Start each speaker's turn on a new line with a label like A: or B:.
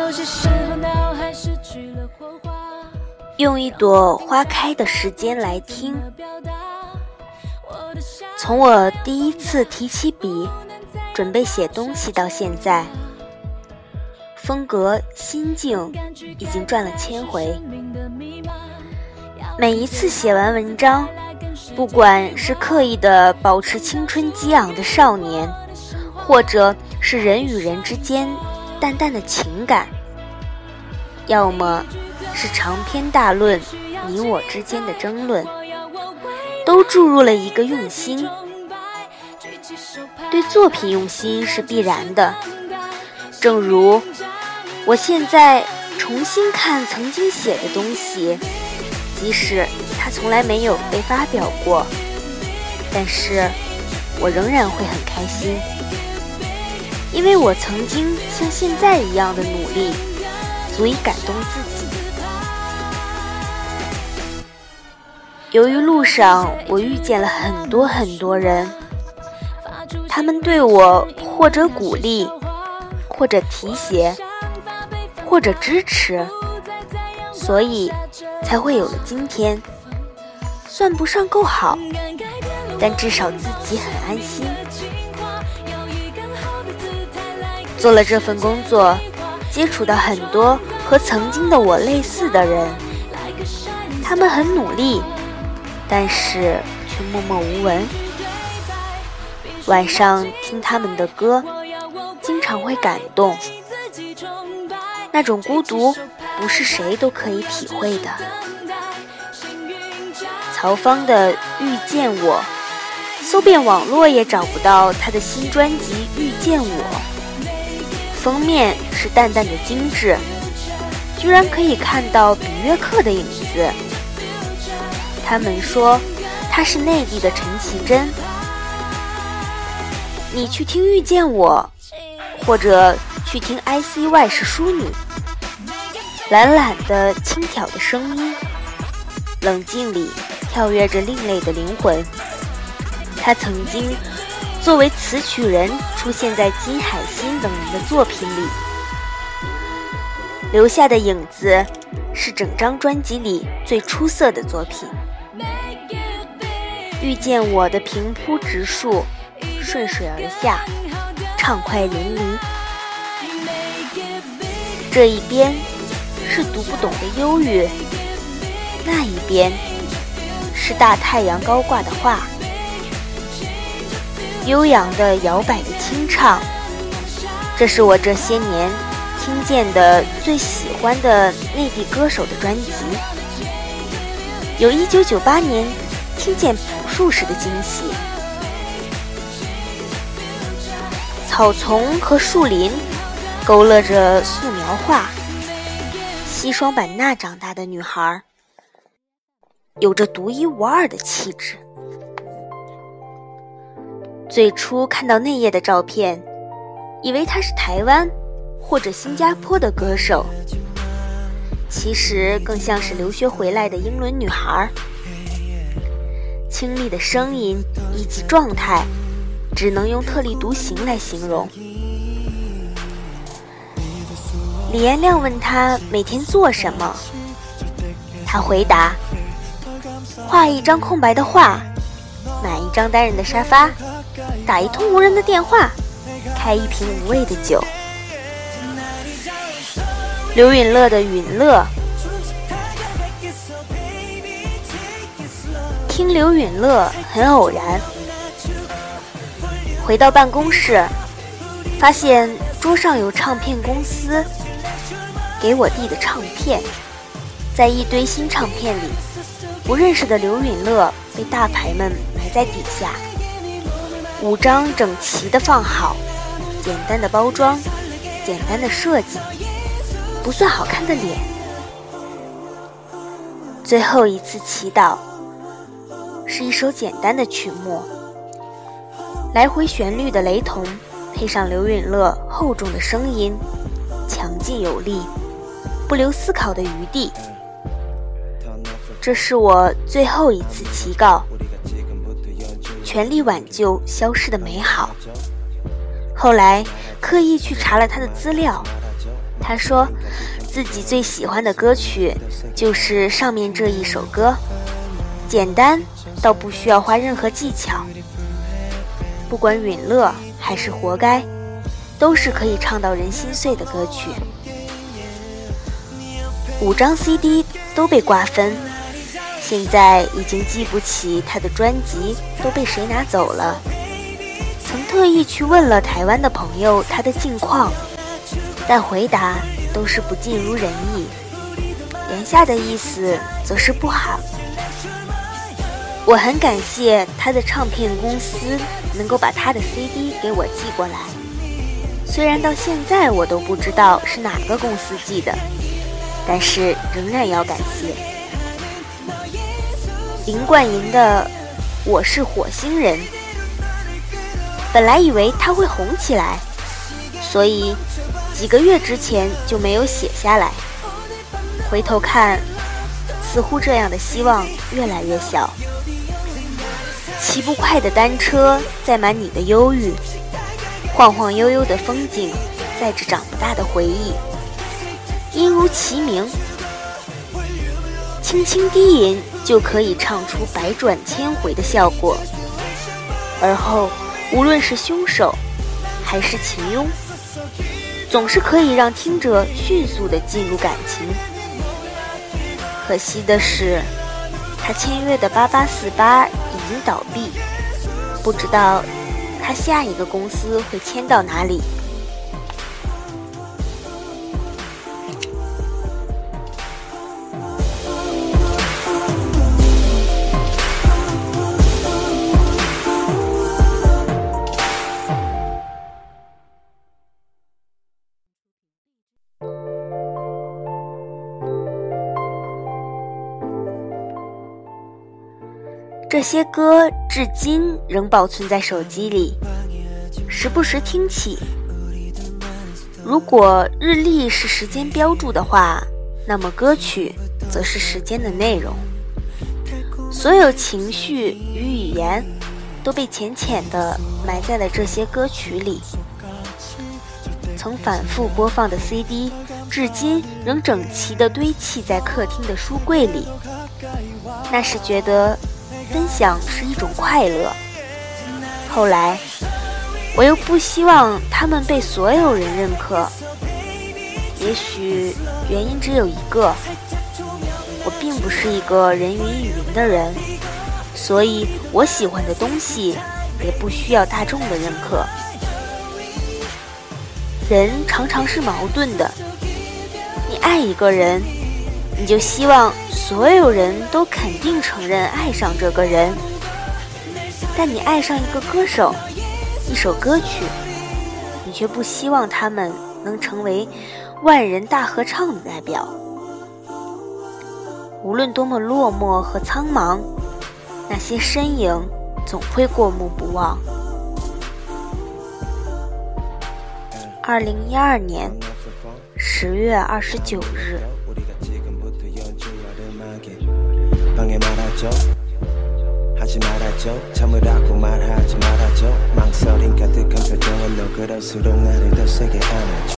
A: 用一朵花开的时间来听，从我第一次提起笔准备写东西到现在，风格心境已经转了1000回。每一次写完文章，不管是刻意的保持青春激昂的少年，或者是人与人之间淡淡的情感，要么是长篇大论你我之间的争论，都注入了一个用心。对作品用心是必然的，正如我现在重新看曾经写的东西，即使它从来没有被发表过，但是我仍然会很开心，因为我曾经像现在一样的努力，足以感动自己。由于路上我遇见了很多人，他们对我或者鼓励，或者提携，或者支持，所以才会有了今天。算不上够好，但至少自己很安心。做了这份工作，接触到很多和曾经的我类似的人，他们很努力，但是却默默无闻。晚上听他们的歌，经常会感动。那种孤独不是谁都可以体会的。曹芳的《遇见我》，搜遍网络也找不到他的新专辑《遇见我》。封面是淡淡的精致，居然可以看到比约克的影子。他们说他是内地的陈绮贞。你去听《遇见我》，或者去听 ICY 是淑女，懒懒的轻佻的声音，冷静里跳跃着另类的灵魂。他曾经作为词曲人出现在金海心等人的作品里，留下的影子是整张专辑里最出色的作品。遇见我的平铺直述，顺水而下，畅快淋漓。这一边是读不懂的忧郁，那一边是大太阳高挂的画，悠扬的摇摆的清唱。这是我这些年听见的最喜欢的内地歌手的专辑，有1998年听见朴树时的惊喜。草丛和树林勾勒着素描画，西双版纳长大的女孩，有着独一无二的气质。最初看到那页的照片，以为她是台湾或者新加坡的歌手，其实更像是留学回来的英伦女孩。清丽的声音以及状态，只能用特立独行来形容。李延亮问他每天做什么，他回答：画一张空白的画，买一张单人的沙发，打一通无人的电话，开一瓶无味的酒。刘允乐的允乐，听刘允乐很偶然，回到办公室，发现桌上有唱片公司给我递的唱片，在一堆新唱片里，不认识的刘允乐被大牌们埋在底下，5张整齐地放好，简单的包装，简单的设计，不算好看的脸。最后一次祈祷是一首简单的曲目，来回旋律的雷同，配上刘允乐厚重的声音，强劲有力，不留思考的余地。这是我最后一次祈告，全力挽救消失的美好。后来刻意去查了他的资料， 他说自己最喜欢的歌曲就是上面这一首歌，简单到不需要花任何技巧，不管允乐还是活该，都是可以唱到人心碎的歌曲。5张 CD 都被瓜分，现在已经记不起他的专辑都被谁拿走了。曾特意去问了台湾的朋友他的近况，但回答都是不尽如人意，言下的意思则是不好。我很感谢他的唱片公司能够把他的 CD 给我寄过来，虽然到现在我都不知道是哪个公司寄的，但是仍然要感谢。林冠莹的《我是火星人》，本来以为他会红起来，所以几个月之前就没有写下来。回头看，似乎这样的希望越来越小。骑不快的单车载满你的忧郁，晃晃悠悠的风景载着长不大的回忆。音如其名，轻轻低吟就可以唱出百转千回的效果，而后无论是凶手还是情庸，总是可以让听者迅速地进入感情。可惜的是，他签约的8848已经倒闭，不知道他下一个公司会签到哪里。这些歌至今仍保存在手机里，时不时听起。如果日历是时间标注的话，那么歌曲则是时间的内容。所有情绪与语言都被浅浅地埋在了这些歌曲里。曾反复播放的 CD 至今仍整齐地堆砌在客厅的书柜里。那时觉得分享是一种快乐，后来我又不希望他们被所有人认可。也许原因只有一个，我并不是一个人云亦云的人，所以我喜欢的东西也不需要大众的认可。人常常是矛盾的，你爱一个人，你就希望所有人都肯定承认爱上这个人，但你爱上一个歌手，一首歌曲，你却不希望他们能成为万人大合唱的代表。无论多么落寞和苍茫，那些身影总会过目不忘。2012年10月29日。 방해 말아줘 하지 말아줘 참으라고 말하지 말아줘 망설임 가득한 표정은 너 그럴수록 나를 더 세게 안아줘